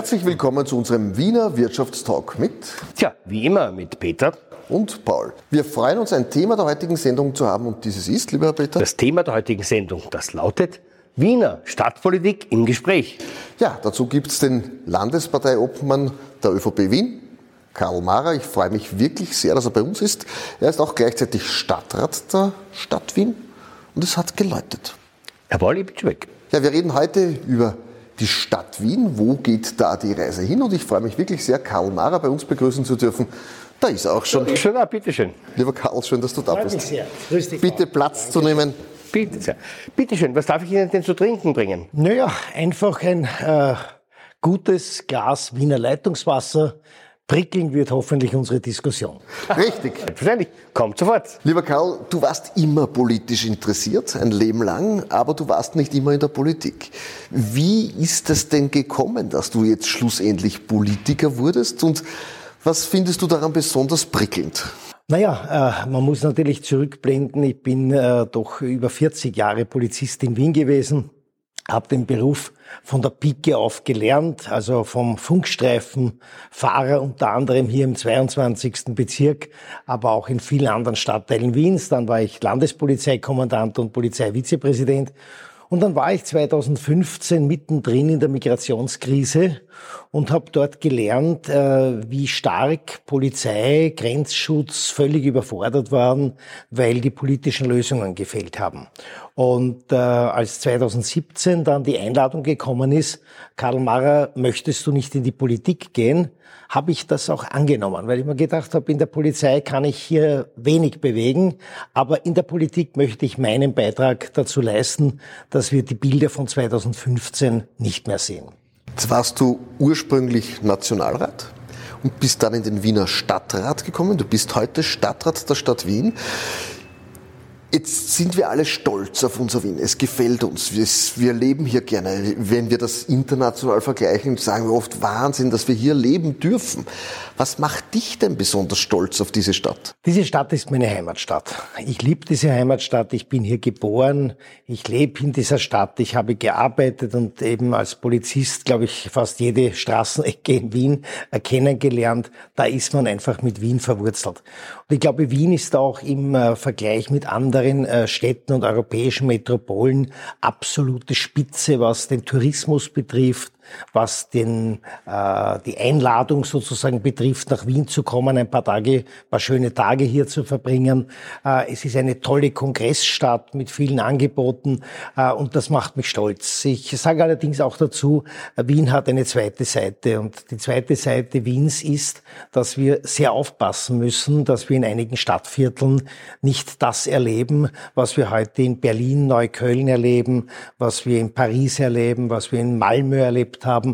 Herzlich willkommen zu unserem Wiener Wirtschaftstalk mit... Tja, wie immer mit Peter und Paul. Wir freuen uns, ein Thema der heutigen Sendung zu haben und dieses ist, lieber Herr Peter... Das Thema der heutigen Sendung, das lautet Wiener Stadtpolitik im Gespräch. Ja, dazu gibt es den Landesparteiobmann der ÖVP Wien, Karl Mahrer. Ich freue mich wirklich sehr, dass er bei uns ist. Er ist auch gleichzeitig Stadtrat der Stadt Wien und es hat geläutet. Herr Paul, ich bin schon weg. Ja, wir reden heute über die Stadt Wien. Wo geht da die Reise hin? Und ich freue mich wirklich sehr, Karl Mahrer bei uns begrüßen zu dürfen. Da ist er auch schon. Schön, bitteschön. Lieber Karl, schön, dass du da bist. Freut mich sehr. Grüß dich. Bitte Platz zu nehmen. Bitte sehr. Bitte schön, was darf ich Ihnen denn zu trinken bringen? Naja, einfach ein gutes Glas Wiener Leitungswasser. Prickeln wird hoffentlich unsere Diskussion. Richtig. Selbstverständlich. Kommt sofort. Lieber Karl, du warst immer politisch interessiert, ein Leben lang, aber du warst nicht immer in der Politik. Wie ist es denn gekommen, dass du jetzt schlussendlich Politiker wurdest und was findest du daran besonders prickelnd? Naja, man muss natürlich zurückblenden. Ich bin doch über 40 Jahre Polizist in Wien gewesen, habe den Beruf von der Pike auf gelernt, also vom Funkstreifenfahrer unter anderem hier im 22. Bezirk, aber auch in vielen anderen Stadtteilen Wiens. Dann war ich Landespolizeikommandant und Polizeivizepräsident. Und dann war ich 2015 mittendrin in der Migrationskrise und habe dort gelernt, wie stark Polizei, Grenzschutz völlig überfordert waren, weil die politischen Lösungen gefehlt haben. Und als 2017 dann die Einladung gekommen ist, Karl Mahrer, möchtest du nicht in die Politik gehen, habe ich das auch angenommen, weil ich mir gedacht habe, in der Polizei kann ich hier wenig bewegen, aber in der Politik möchte ich meinen Beitrag dazu leisten, dass wir die Bilder von 2015 nicht mehr sehen. Jetzt warst du ursprünglich Nationalrat und bist dann in den Wiener Stadtrat gekommen. Du bist heute Stadtrat der Stadt Wien. Jetzt sind wir alle stolz auf unser Wien. Es gefällt uns. Wir leben hier gerne. Wenn wir das international vergleichen, sagen wir oft Wahnsinn, dass wir hier leben dürfen. Was macht dich denn besonders stolz auf diese Stadt? Diese Stadt ist meine Heimatstadt. Ich liebe diese Heimatstadt. Ich bin hier geboren. Ich lebe in dieser Stadt. Ich habe gearbeitet und eben als Polizist, glaube ich, fast jede Straßenecke in Wien kennengelernt. Da ist man einfach mit Wien verwurzelt. Und ich glaube, Wien ist auch im Vergleich mit anderen Städten und europäischen Metropolen absolute Spitze, was den Tourismus betrifft, was die Einladung sozusagen betrifft, nach Wien zu kommen, ein paar schöne Tage hier zu verbringen. Es ist eine tolle Kongressstadt mit vielen Angeboten und das macht mich stolz. Ich sage allerdings auch dazu, Wien hat eine zweite Seite und die zweite Seite Wiens ist, dass wir sehr aufpassen müssen, dass wir in einigen Stadtvierteln nicht das erleben, was wir heute in Berlin, Neukölln erleben, was wir in Paris erleben, was wir in Malmö erlebt haben.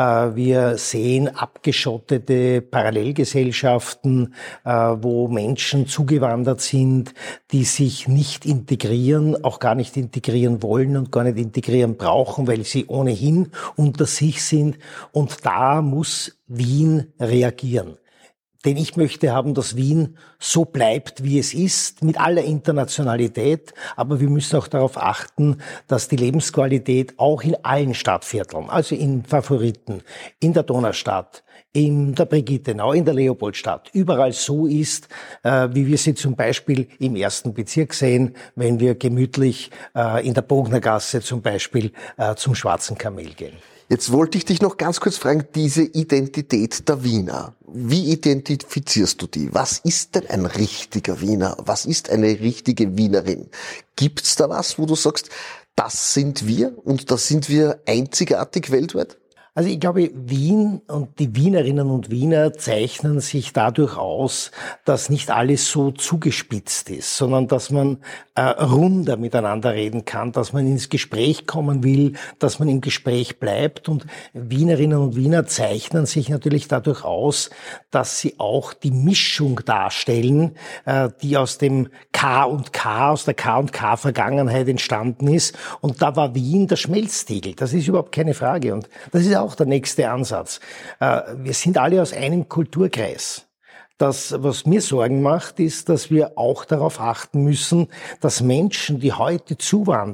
Wir sehen abgeschottete Parallelgesellschaften, wo Menschen zugewandert sind, die sich nicht integrieren, auch gar nicht integrieren wollen und gar nicht integrieren brauchen, weil sie ohnehin unter sich sind. Und da muss Wien reagieren. Denn ich möchte haben, dass Wien so bleibt, wie es ist, mit aller Internationalität. Aber wir müssen auch darauf achten, dass die Lebensqualität auch in allen Stadtvierteln, also in Favoriten, in der Donaustadt, in der Brigittenau, in der Leopoldstadt, überall so ist, wie wir sie zum Beispiel im 1. Bezirk sehen, wenn wir gemütlich in der Bognergasse zum Beispiel zum Schwarzen Kamel gehen. Jetzt wollte ich dich noch ganz kurz fragen, diese Identität der Wiener. Wie identifizierst du die? Was ist denn ein richtiger Wiener? Was ist eine richtige Wienerin? Gibt's da was, wo du sagst, das sind wir und das sind wir einzigartig weltweit? Also ich glaube, Wien und die Wienerinnen und Wiener zeichnen sich dadurch aus, dass nicht alles so zugespitzt ist, sondern dass man runder miteinander reden kann, dass man ins Gespräch kommen will, dass man im Gespräch bleibt. Und Wienerinnen und Wiener zeichnen sich natürlich dadurch aus, dass sie auch die Mischung darstellen, die aus dem K und K, aus der K und K-Vergangenheit entstanden ist. Und da war Wien der Schmelztiegel. Das ist überhaupt keine Frage. Und das ist auch der nächste Ansatz. Wir sind alle aus einem Kulturkreis. Das, was mir Sorgen macht, ist, dass wir auch darauf achten müssen, dass Menschen, die heute zuwandern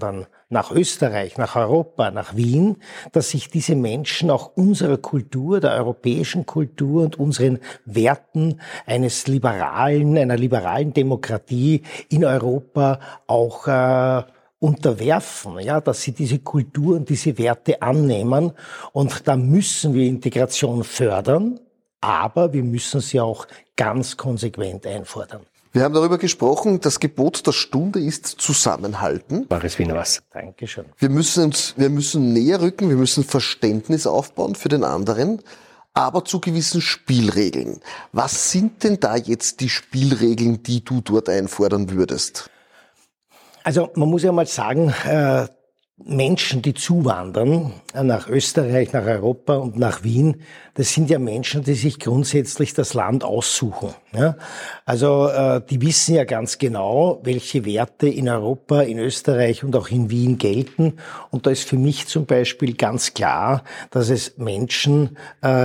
nach Österreich, nach Europa, nach Wien, dass sich diese Menschen auch unserer Kultur, der europäischen Kultur und unseren Werten einer liberalen Demokratie in Europa auch unterwerfen, ja, dass sie diese Kultur und diese Werte annehmen. Und da müssen wir Integration fördern, aber wir müssen sie auch ganz konsequent einfordern. Wir haben darüber gesprochen, das Gebot der Stunde ist Zusammenhalten. Baris Wiener was. Dankeschön. Wir müssen näher rücken, wir müssen Verständnis aufbauen für den anderen, aber zu gewissen Spielregeln. Was sind denn da jetzt die Spielregeln, die du dort einfordern würdest? Also man muss ja mal sagen, Menschen, die zuwandern nach Österreich, nach Europa und nach Wien, das sind ja Menschen, die sich grundsätzlich das Land aussuchen. Ja? Also die wissen ja ganz genau, welche Werte in Europa, in Österreich und auch in Wien gelten. Und da ist für mich zum Beispiel ganz klar, dass es Menschen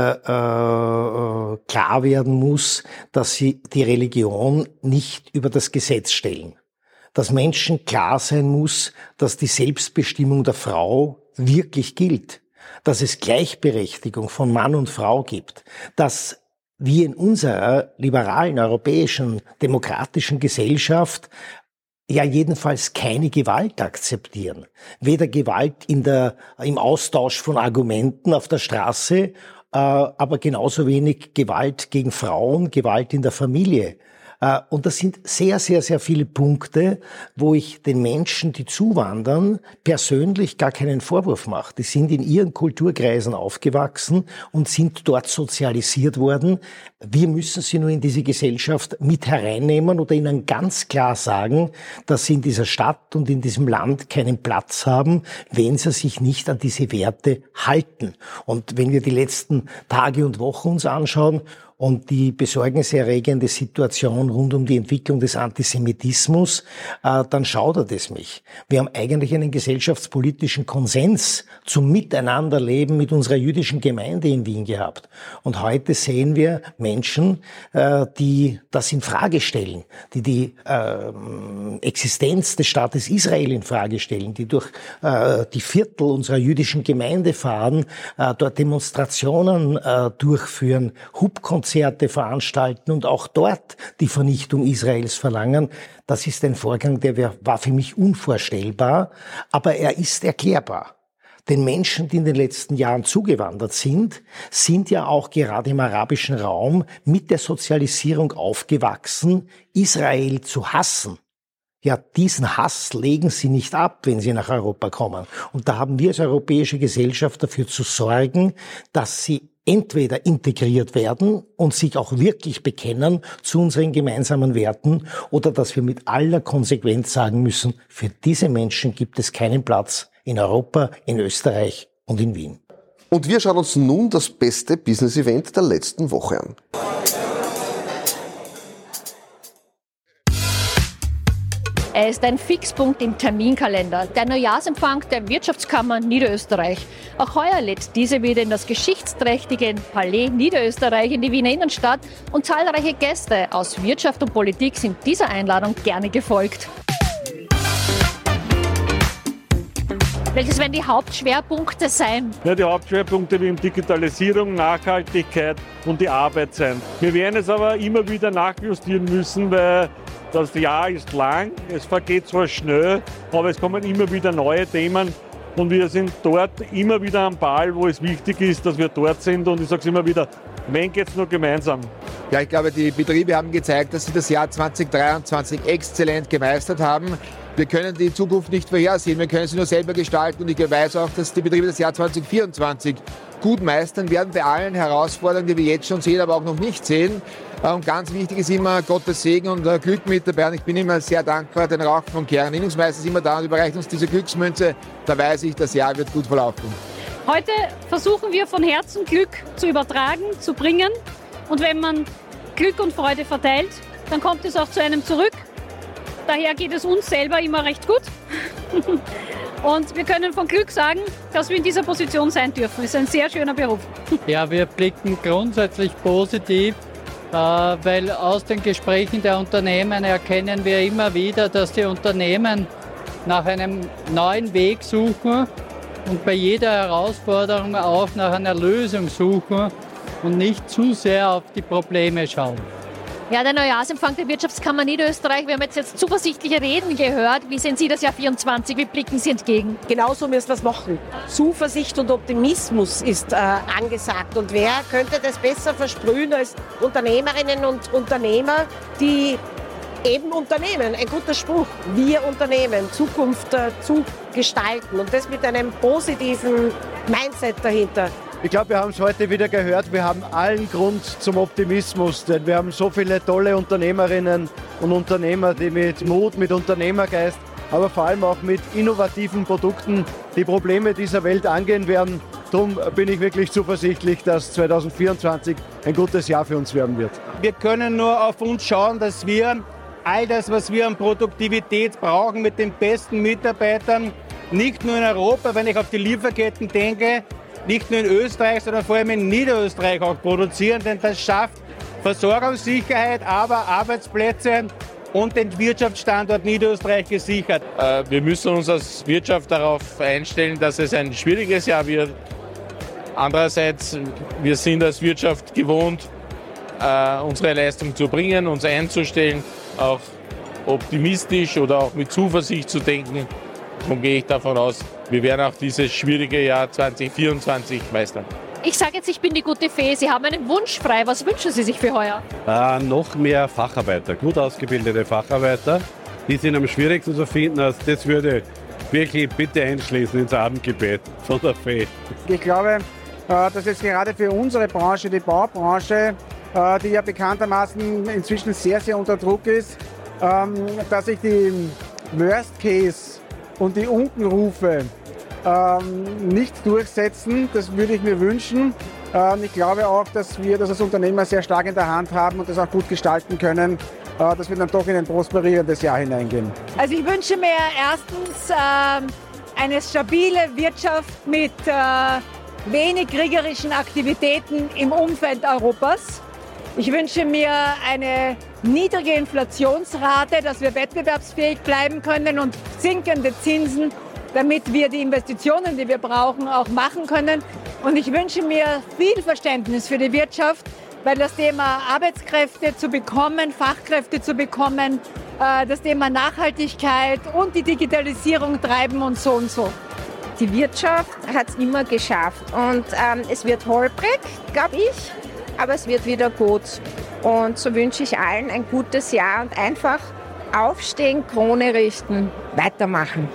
klar werden muss, dass sie die Religion nicht über das Gesetz stellen. Dass Menschen klar sein muss, dass die Selbstbestimmung der Frau wirklich gilt, dass es Gleichberechtigung von Mann und Frau gibt, dass wir in unserer liberalen, europäischen, demokratischen Gesellschaft ja jedenfalls keine Gewalt akzeptieren. Weder Gewalt im Austausch von Argumenten auf der Straße, aber genauso wenig Gewalt gegen Frauen, Gewalt in der Familie. Und das sind sehr, sehr, sehr viele Punkte, wo ich den Menschen, die zuwandern, persönlich gar keinen Vorwurf mache. Die sind in ihren Kulturkreisen aufgewachsen und sind dort sozialisiert worden. Wir müssen sie nur in diese Gesellschaft mit hereinnehmen oder ihnen ganz klar sagen, dass sie in dieser Stadt und in diesem Land keinen Platz haben, wenn sie sich nicht an diese Werte halten. Und wenn wir die letzten Tage und Wochen uns anschauen, und die besorgniserregende Situation rund um die Entwicklung des Antisemitismus, dann schaudert es mich. Wir haben eigentlich einen gesellschaftspolitischen Konsens zum Miteinanderleben mit unserer jüdischen Gemeinde in Wien gehabt. Und heute sehen wir Menschen, die das in Frage stellen, die Existenz des Staates Israel in Frage stellen, die durch die Viertel unserer jüdischen Gemeinde fahren, dort Demonstrationen durchführen, Hubkonzerte veranstalten und auch dort die Vernichtung Israels verlangen. Das ist ein Vorgang, der war für mich unvorstellbar, aber er ist erklärbar. Denn Menschen, die in den letzten Jahren zugewandert sind ja auch gerade im arabischen Raum mit der Sozialisierung aufgewachsen, Israel zu hassen. Ja, diesen Hass legen sie nicht ab, wenn sie nach Europa kommen. Und da haben wir als europäische Gesellschaft dafür zu sorgen, dass sie entweder integriert werden und sich auch wirklich bekennen zu unseren gemeinsamen Werten oder dass wir mit aller Konsequenz sagen müssen, für diese Menschen gibt es keinen Platz in Europa, in Österreich und in Wien. Und wir schauen uns nun das beste Business-Event der letzten Woche an. Er ist ein Fixpunkt im Terminkalender, der Neujahrsempfang der Wirtschaftskammer Niederösterreich. Auch heuer lädt diese wieder in das geschichtsträchtige Palais Niederösterreich in die Wiener Innenstadt und zahlreiche Gäste aus Wirtschaft und Politik sind dieser Einladung gerne gefolgt. Welches werden die Hauptschwerpunkte sein? Ja, die Hauptschwerpunkte wie Digitalisierung, Nachhaltigkeit und die Arbeit sein. Wir werden es aber immer wieder nachjustieren müssen, weil das Jahr ist lang, es vergeht zwar schnell, aber es kommen immer wieder neue Themen und wir sind dort immer wieder am Ball, wo es wichtig ist, dass wir dort sind und ich sage es immer wieder, wenn geht's nur gemeinsam. Ja, ich glaube, die Betriebe haben gezeigt, dass sie das Jahr 2023 exzellent gemeistert haben. Wir können die Zukunft nicht vorhersehen, wir können sie nur selber gestalten und ich weiß auch, dass die Betriebe das Jahr 2024 gut meistern werden bei allen Herausforderungen, die wir jetzt schon sehen, aber auch noch nicht sehen. Und ganz wichtig ist immer Gottes Segen und Glück mit dabei. Und ich bin immer sehr dankbar, den Rauch vom Kernrinnungsmeister ist immer da und überreicht uns diese Glücksmünze. Da weiß ich, das Jahr wird gut verlaufen. Heute versuchen wir von Herzen Glück zu übertragen, zu bringen. Und wenn man Glück und Freude verteilt, dann kommt es auch zu einem zurück. Daher geht es uns selber immer recht gut. Und wir können von Glück sagen, dass wir in dieser Position sein dürfen. Es ist ein sehr schöner Beruf. Ja, wir blicken grundsätzlich positiv, weil aus den Gesprächen der Unternehmen erkennen wir immer wieder, dass die Unternehmen nach einem neuen Weg suchen und bei jeder Herausforderung auch nach einer Lösung suchen und nicht zu sehr auf die Probleme schauen. Ja, der Neujahrsempfang der Wirtschaftskammer Niederösterreich, wir haben jetzt zuversichtliche Reden gehört. Wie sehen Sie das Jahr 24? Wie blicken Sie entgegen? Genauso müssen wir es machen. Zuversicht und Optimismus ist angesagt. Und wer könnte das besser versprühen als Unternehmerinnen und Unternehmer, die eben unternehmen? Ein guter Spruch. Wir unternehmen, Zukunft zu gestalten. Und das mit einem positiven Mindset dahinter. Ich glaube, wir haben es heute wieder gehört, wir haben allen Grund zum Optimismus, denn wir haben so viele tolle Unternehmerinnen und Unternehmer, die mit Mut, mit Unternehmergeist, aber vor allem auch mit innovativen Produkten die Probleme dieser Welt angehen werden. Darum bin ich wirklich zuversichtlich, dass 2024 ein gutes Jahr für uns werden wird. Wir können nur auf uns schauen, dass wir all das, was wir an Produktivität brauchen, mit den besten Mitarbeitern, nicht nur in Europa, wenn ich auf die Lieferketten denke, nicht nur in Österreich, sondern vor allem in Niederösterreich auch produzieren, denn das schafft Versorgungssicherheit, aber Arbeitsplätze und den Wirtschaftsstandort Niederösterreich gesichert. Wir müssen uns als Wirtschaft darauf einstellen, dass es ein schwieriges Jahr wird. Andererseits, wir sind als Wirtschaft gewohnt, unsere Leistung zu bringen, uns einzustellen, auch optimistisch oder auch mit Zuversicht zu denken. Darum gehe ich davon aus, wir werden auch dieses schwierige Jahr 2024 meistern. Ich sage jetzt, ich bin die gute Fee. Sie haben einen Wunsch frei. Was wünschen Sie sich für heuer? Noch mehr Facharbeiter, gut ausgebildete Facharbeiter. Die sind am schwierigsten zu finden. Also das würde wirklich bitte einschließen ins Abendgebet von der Fee. Ich glaube, dass jetzt gerade für unsere Branche, die Baubranche, die ja bekanntermaßen inzwischen sehr, sehr unter Druck ist, dass sich die Worst Case und die Unkenrufe nicht durchsetzen. Das würde ich mir wünschen. Ich glaube auch, dass wir das als Unternehmer sehr stark in der Hand haben und das auch gut gestalten können, dass wir dann doch in ein prosperierendes Jahr hineingehen. Also ich wünsche mir erstens eine stabile Wirtschaft mit wenig kriegerischen Aktivitäten im Umfeld Europas. Ich wünsche mir eine niedrige Inflationsrate, dass wir wettbewerbsfähig bleiben können und sinkende Zinsen, damit wir die Investitionen, die wir brauchen, auch machen können. Und ich wünsche mir viel Verständnis für die Wirtschaft, weil das Thema Arbeitskräfte zu bekommen, Fachkräfte zu bekommen, das Thema Nachhaltigkeit und die Digitalisierung treiben uns so und so. Die Wirtschaft hat es immer geschafft und es wird holprig, glaube ich, aber es wird wieder gut. Und so wünsche ich allen ein gutes Jahr und einfach aufstehen, Krone richten, weitermachen.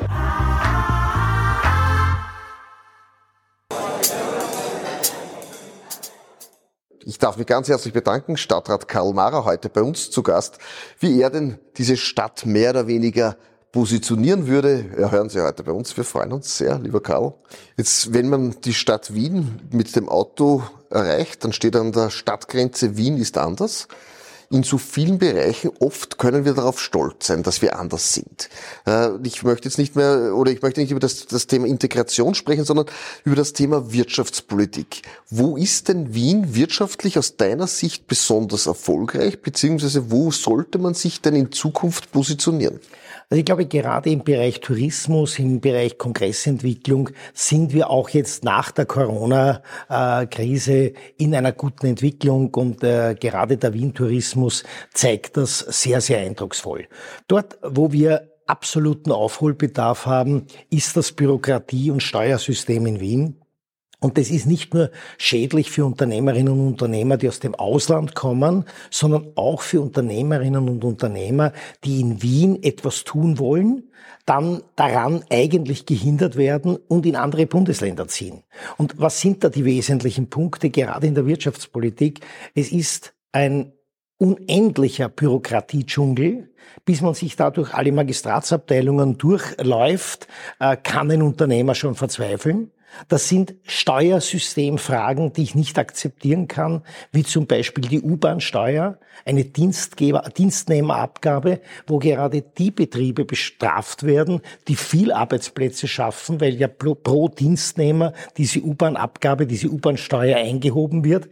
Ich darf mich ganz herzlich bedanken, Stadtrat Karl Maurer heute bei uns zu Gast, wie er denn diese Stadt mehr oder weniger positionieren würde. Ja, hören Sie heute bei uns, wir freuen uns sehr, lieber Karl. Jetzt, wenn man die Stadt Wien mit dem Auto erreicht, dann steht an der Stadtgrenze Wien ist anders. In so vielen Bereichen, oft können wir darauf stolz sein, dass wir anders sind. Ich möchte nicht über das Thema Integration sprechen, sondern über das Thema Wirtschaftspolitik. Wo ist denn Wien wirtschaftlich aus deiner Sicht besonders erfolgreich, beziehungsweise wo sollte man sich denn in Zukunft positionieren? Also ich glaube, gerade im Bereich Tourismus, im Bereich Kongressentwicklung sind wir auch jetzt nach der Corona-Krise in einer guten Entwicklung und gerade der Wien-Tourismus zeigt das sehr, sehr eindrucksvoll. Dort, wo wir absoluten Aufholbedarf haben, ist das Bürokratie- und Steuersystem in Wien. Und das ist nicht nur schädlich für Unternehmerinnen und Unternehmer, die aus dem Ausland kommen, sondern auch für Unternehmerinnen und Unternehmer, die in Wien etwas tun wollen, dann daran eigentlich gehindert werden und in andere Bundesländer ziehen. Und was sind da die wesentlichen Punkte, gerade in der Wirtschaftspolitik? Es ist ein unendlicher Bürokratiedschungel. Bis man sich dadurch alle Magistratsabteilungen durchläuft, kann ein Unternehmer schon verzweifeln. Das sind Steuersystemfragen, die ich nicht akzeptieren kann, wie zum Beispiel die U-Bahn-Steuer, eine Dienstnehmerabgabe, wo gerade die Betriebe bestraft werden, die viel Arbeitsplätze schaffen, weil ja pro Dienstnehmer diese U-Bahn-Abgabe, diese U-Bahn-Steuer eingehoben wird.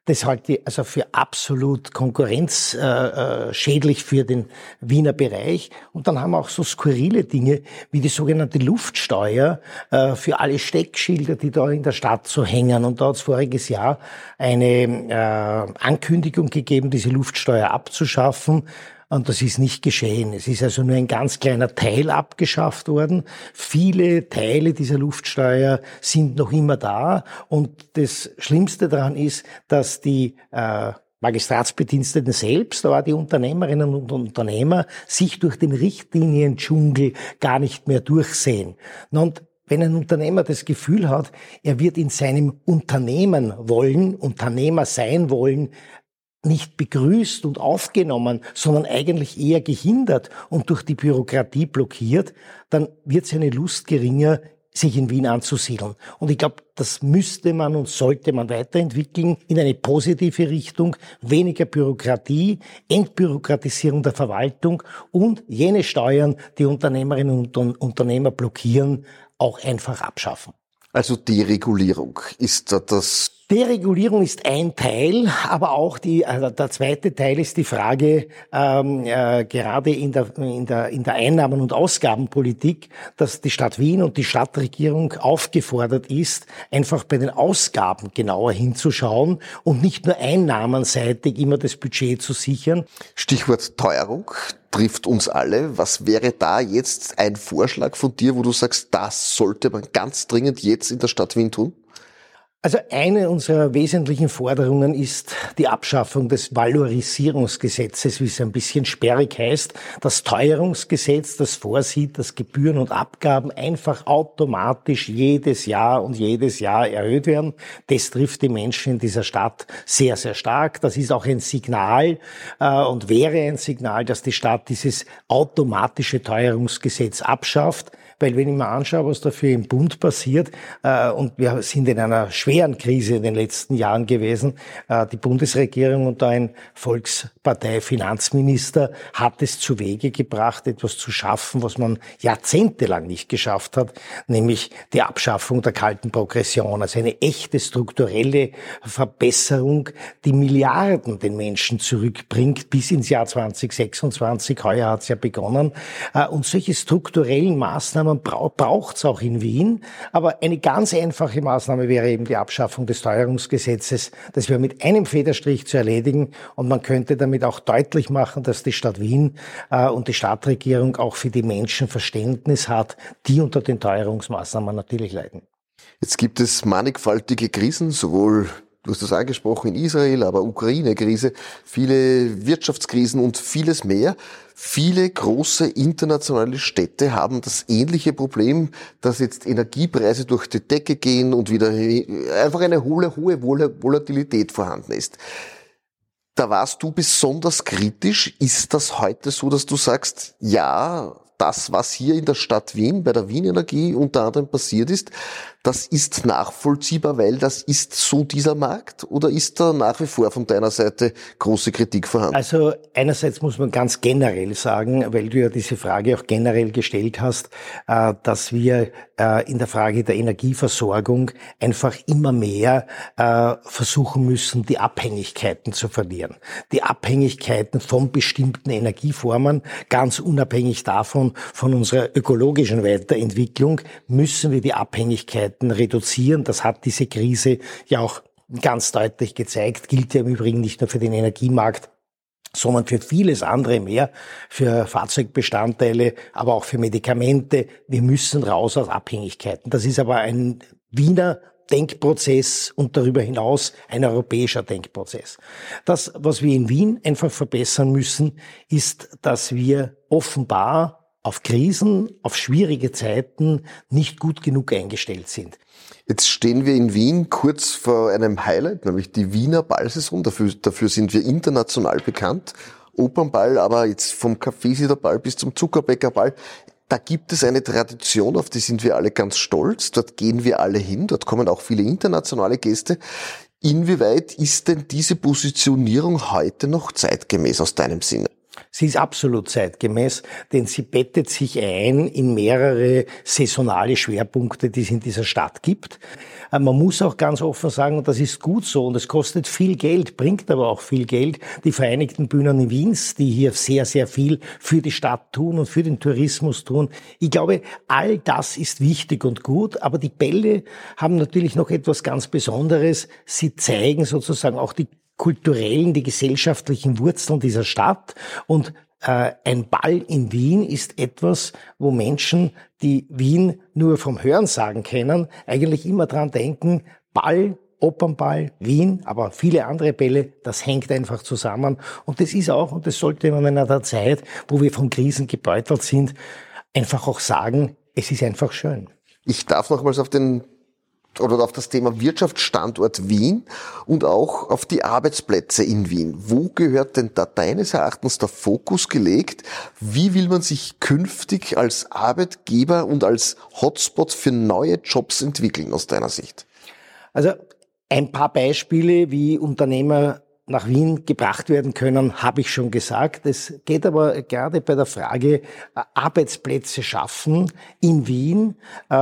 Das halte ich also für absolut konkurrenzschädlich für den Wiener Bereich. Und dann haben wir auch so skurrile Dinge wie die sogenannte Luftsteuer für alle Steckschilder, die da in der Stadt so hängen. Und da hat es voriges Jahr eine Ankündigung gegeben, diese Luftsteuer abzuschaffen. Und das ist nicht geschehen. Es ist also nur ein ganz kleiner Teil abgeschafft worden. Viele Teile dieser Luftsteuer sind noch immer da. Und das Schlimmste daran ist, dass die Magistratsbediensteten selbst, aber auch die Unternehmerinnen und Unternehmer, sich durch den Richtliniendschungel gar nicht mehr durchsehen. Und wenn ein Unternehmer das Gefühl hat, er wird in seinem Unternehmen wollen, Unternehmer sein wollen, nicht begrüßt und aufgenommen, sondern eigentlich eher gehindert und durch die Bürokratie blockiert, dann wird seine Lust geringer, sich in Wien anzusiedeln. Und ich glaube, das müsste man und sollte man weiterentwickeln in eine positive Richtung, weniger Bürokratie, Entbürokratisierung der Verwaltung und jene Steuern, die Unternehmerinnen und Unternehmer blockieren, auch einfach abschaffen. Also Deregulierung ist das. Deregulierung ist ein Teil, aber auch der zweite Teil ist die Frage, gerade in der Einnahmen- und Ausgabenpolitik, dass die Stadt Wien und die Stadtregierung aufgefordert ist, einfach bei den Ausgaben genauer hinzuschauen und nicht nur einnahmenseitig immer das Budget zu sichern. Stichwort Teuerung trifft uns alle. Was wäre da jetzt ein Vorschlag von dir, wo du sagst, das sollte man ganz dringend jetzt in der Stadt Wien tun? Also eine unserer wesentlichen Forderungen ist die Abschaffung des Valorisierungsgesetzes, wie es ein bisschen sperrig heißt. Das Teuerungsgesetz, das vorsieht, dass Gebühren und Abgaben einfach automatisch jedes Jahr erhöht werden. Das trifft die Menschen in dieser Stadt sehr, sehr stark. Das ist auch ein Signal und wäre ein Signal, dass die Stadt dieses automatische Teuerungsgesetz abschafft. Weil wenn ich mir anschaue, was dafür im Bund passiert, und wir sind in einer schweren Krise in den letzten Jahren gewesen, die Bundesregierung und ein Volkspartei-Finanzminister hat es zu Wege gebracht, etwas zu schaffen, was man jahrzehntelang nicht geschafft hat, nämlich die Abschaffung der kalten Progression, also eine echte strukturelle Verbesserung, die Milliarden den Menschen zurückbringt bis ins Jahr 2026. Heuer hat es ja begonnen. Und solche strukturellen Maßnahmen braucht es auch in Wien. Aber eine ganz einfache Maßnahme wäre eben die Abschaffung des Teuerungsgesetzes. Das wäre mit einem Federstrich zu erledigen. Und man könnte damit auch deutlich machen, dass die Stadt Wien und die Stadtregierung auch für die Menschen Verständnis hat, die unter den Teuerungsmaßnahmen natürlich leiden. Jetzt gibt es mannigfaltige Krisen, sowohl, du hast das angesprochen, in Israel, aber Ukraine-Krise, viele Wirtschaftskrisen und vieles mehr. Viele große internationale Städte haben das ähnliche Problem, dass jetzt Energiepreise durch die Decke gehen und wieder einfach eine hohe Volatilität vorhanden ist. Da warst du besonders kritisch. Ist das heute so, dass du sagst, ja, das, was hier in der Stadt Wien bei der Wien Energie unter anderem passiert ist, das ist nachvollziehbar, weil das ist so dieser Markt? Oder ist da nach wie vor von deiner Seite große Kritik vorhanden? Also einerseits muss man ganz generell sagen, weil du ja diese Frage auch generell gestellt hast, dass wir in der Frage der Energieversorgung einfach immer mehr versuchen müssen, die Abhängigkeiten zu verlieren. Die Abhängigkeiten von bestimmten Energieformen, ganz unabhängig davon, von unserer ökologischen Weiterentwicklung, müssen wir die Abhängigkeiten reduzieren. Das hat diese Krise ja auch ganz deutlich gezeigt, gilt ja im Übrigen nicht nur für den Energiemarkt, sondern für vieles andere mehr, für Fahrzeugbestandteile, aber auch für Medikamente. Wir müssen raus aus Abhängigkeiten. Das ist aber ein Wiener Denkprozess und darüber hinaus ein europäischer Denkprozess. Das, was wir in Wien einfach verbessern müssen, ist, dass wir offenbar auf Krisen, auf schwierige Zeiten nicht gut genug eingestellt sind. Jetzt stehen wir in Wien kurz vor einem Highlight, nämlich die Wiener Ballsaison. Dafür sind wir international bekannt. Opernball, aber jetzt vom Kaffeesiederball bis zum Zuckerbäckerball. Da gibt es eine Tradition, auf die sind wir alle ganz stolz. Dort gehen wir alle hin. Dort kommen auch viele internationale Gäste. Inwieweit ist denn diese Positionierung heute noch zeitgemäß aus deinem Sinne? Sie ist absolut zeitgemäß, denn sie bettet sich ein in mehrere saisonale Schwerpunkte, die es in dieser Stadt gibt. Man muss auch ganz offen sagen, und das ist gut so, und es kostet viel Geld, bringt aber auch viel Geld, die Vereinigten Bühnen Wiens, die hier sehr, sehr viel für die Stadt tun und für den Tourismus tun. Ich glaube, all das ist wichtig und gut, aber die Bälle haben natürlich noch etwas ganz Besonderes. Sie zeigen sozusagen auch die kulturellen, die gesellschaftlichen Wurzeln dieser Stadt. Und ein Ball in Wien ist etwas, wo Menschen, die Wien nur vom Hörensagen kennen, eigentlich immer dran denken, Ball, Opernball, Wien, aber viele andere Bälle, das hängt einfach zusammen. Und das ist auch, und das sollte man in einer Zeit, wo wir von Krisen gebeutelt sind, einfach auch sagen, es ist einfach schön. Ich darf nochmals auf das Thema Wirtschaftsstandort Wien und auch auf die Arbeitsplätze in Wien. Wo gehört denn da deines Erachtens der Fokus gelegt? Wie will man sich künftig als Arbeitgeber und als Hotspot für neue Jobs entwickeln aus deiner Sicht? Also ein paar Beispiele, wie Unternehmer nach Wien gebracht werden können, habe ich schon gesagt. Es geht aber gerade bei der Frage Arbeitsplätze schaffen in Wien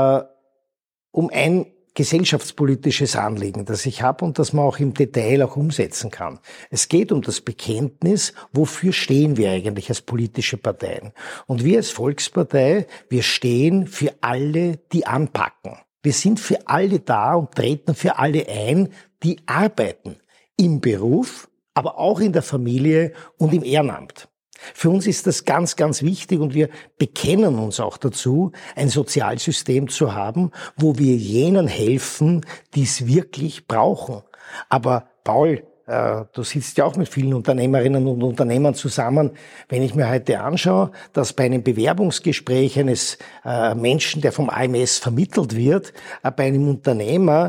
um ein gesellschaftspolitisches Anliegen, das ich habe und das man auch im Detail auch umsetzen kann. Es geht um das Bekenntnis, wofür stehen wir eigentlich als politische Parteien. Und wir als Volkspartei, wir stehen für alle, die anpacken. Wir sind für alle da und treten für alle ein, die arbeiten. Im Beruf, aber auch in der Familie und im Ehrenamt. Für uns ist das ganz, ganz wichtig und wir bekennen uns auch dazu, ein Sozialsystem zu haben, wo wir jenen helfen, die es wirklich brauchen. Aber Paul, du sitzt ja auch mit vielen Unternehmerinnen und Unternehmern zusammen. Wenn ich mir heute anschaue, dass bei einem Bewerbungsgespräch eines Menschen, der vom AMS vermittelt wird, bei einem Unternehmer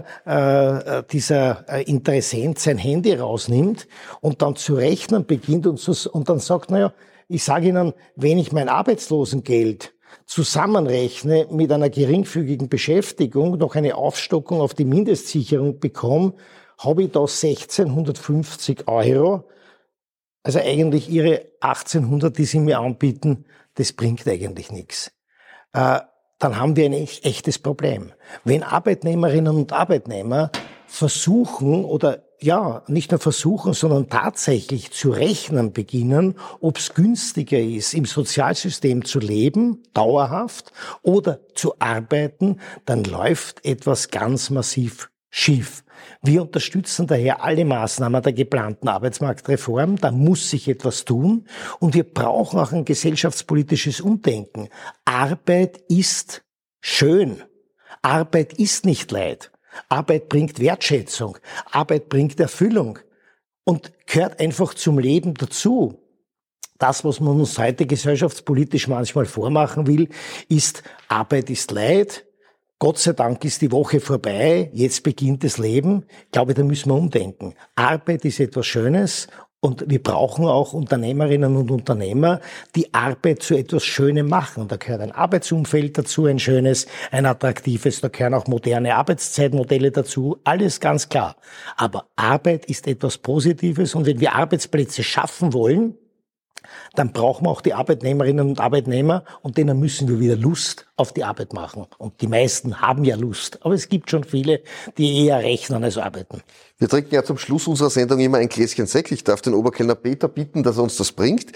dieser Interessent sein Handy rausnimmt und dann zu rechnen beginnt und dann sagt, naja, ich sage Ihnen, wenn ich mein Arbeitslosengeld zusammenrechne mit einer geringfügigen Beschäftigung, noch eine Aufstockung auf die Mindestsicherung bekomme, habe ich da 1650 €. Also eigentlich Ihre 1800, die Sie mir anbieten, das bringt eigentlich nichts. Dann haben wir ein echtes Problem. Wenn Arbeitnehmerinnen und Arbeitnehmer versuchen oder nicht nur versuchen, sondern tatsächlich zu rechnen beginnen, ob es günstiger ist, im Sozialsystem zu leben, dauerhaft, oder zu arbeiten, dann läuft etwas ganz massiv schief. Wir unterstützen daher alle Maßnahmen der geplanten Arbeitsmarktreform. Da muss sich etwas tun. Und wir brauchen auch ein gesellschaftspolitisches Umdenken. Arbeit ist schön. Arbeit ist nicht Leid. Arbeit bringt Wertschätzung. Arbeit bringt Erfüllung. Und gehört einfach zum Leben dazu. Das, was man uns heute gesellschaftspolitisch manchmal vormachen will, ist, Arbeit ist Leid. Gott sei Dank ist die Woche vorbei, jetzt beginnt das Leben. Ich glaube, da müssen wir umdenken. Arbeit ist etwas Schönes und wir brauchen auch Unternehmerinnen und Unternehmer, die Arbeit zu etwas Schönem machen. Und da gehört ein Arbeitsumfeld dazu, ein schönes, ein attraktives, da gehören auch moderne Arbeitszeitmodelle dazu, alles ganz klar. Aber Arbeit ist etwas Positives und wenn wir Arbeitsplätze schaffen wollen, dann brauchen wir auch die Arbeitnehmerinnen und Arbeitnehmer und denen müssen wir wieder Lust auf die Arbeit machen. Und die meisten haben ja Lust, aber es gibt schon viele, die eher rechnen als arbeiten. Wir trinken ja zum Schluss unserer Sendung immer ein Gläschen Sekt. Ich darf den Oberkellner Peter bitten, dass er uns das bringt.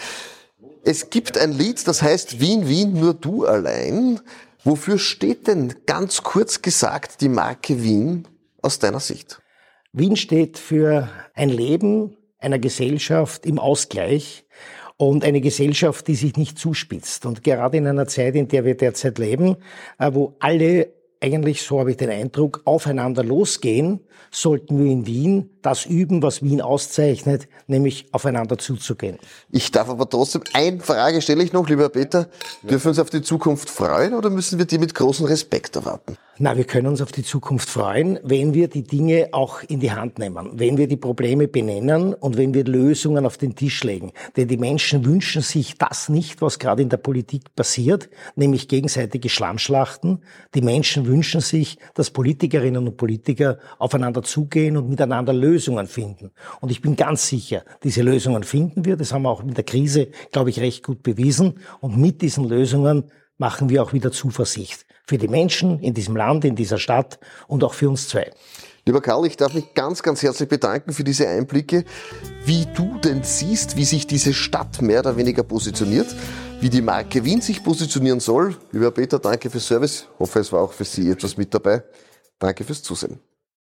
Es gibt ein Lied, das heißt Wien, Wien, nur du allein. Wofür steht denn ganz kurz gesagt die Marke Wien aus deiner Sicht? Wien steht für ein Leben einer Gesellschaft im Ausgleich, und eine Gesellschaft, die sich nicht zuspitzt. Und gerade in einer Zeit, in der wir derzeit leben, wo alle eigentlich, so habe ich den Eindruck, aufeinander losgehen, sollten wir in Wien das üben, was Wien auszeichnet, nämlich aufeinander zuzugehen. Ich darf aber trotzdem, eine Frage stelle ich noch, lieber Peter. Dürfen wir uns auf die Zukunft freuen oder müssen wir die mit großem Respekt erwarten? Na, wir können uns auf die Zukunft freuen, wenn wir die Dinge auch in die Hand nehmen, wenn wir die Probleme benennen und wenn wir Lösungen auf den Tisch legen. Denn die Menschen wünschen sich das nicht, was gerade in der Politik passiert, nämlich gegenseitige Schlammschlachten. Die Menschen wünschen sich, dass Politikerinnen und Politiker aufeinander zugehen und miteinander Lösungen finden. Und ich bin ganz sicher, diese Lösungen finden wir. Das haben wir auch in der Krise, glaube ich, recht gut bewiesen. Und mit diesen Lösungen machen wir auch wieder Zuversicht. Für die Menschen in diesem Land, in dieser Stadt und auch für uns zwei. Lieber Karl, ich darf mich ganz, ganz herzlich bedanken für diese Einblicke, wie du denn siehst, wie sich diese Stadt mehr oder weniger positioniert, wie die Marke Wien sich positionieren soll. Lieber Peter, danke fürs Service. Ich hoffe, es war auch für Sie etwas mit dabei. Danke fürs Zusehen.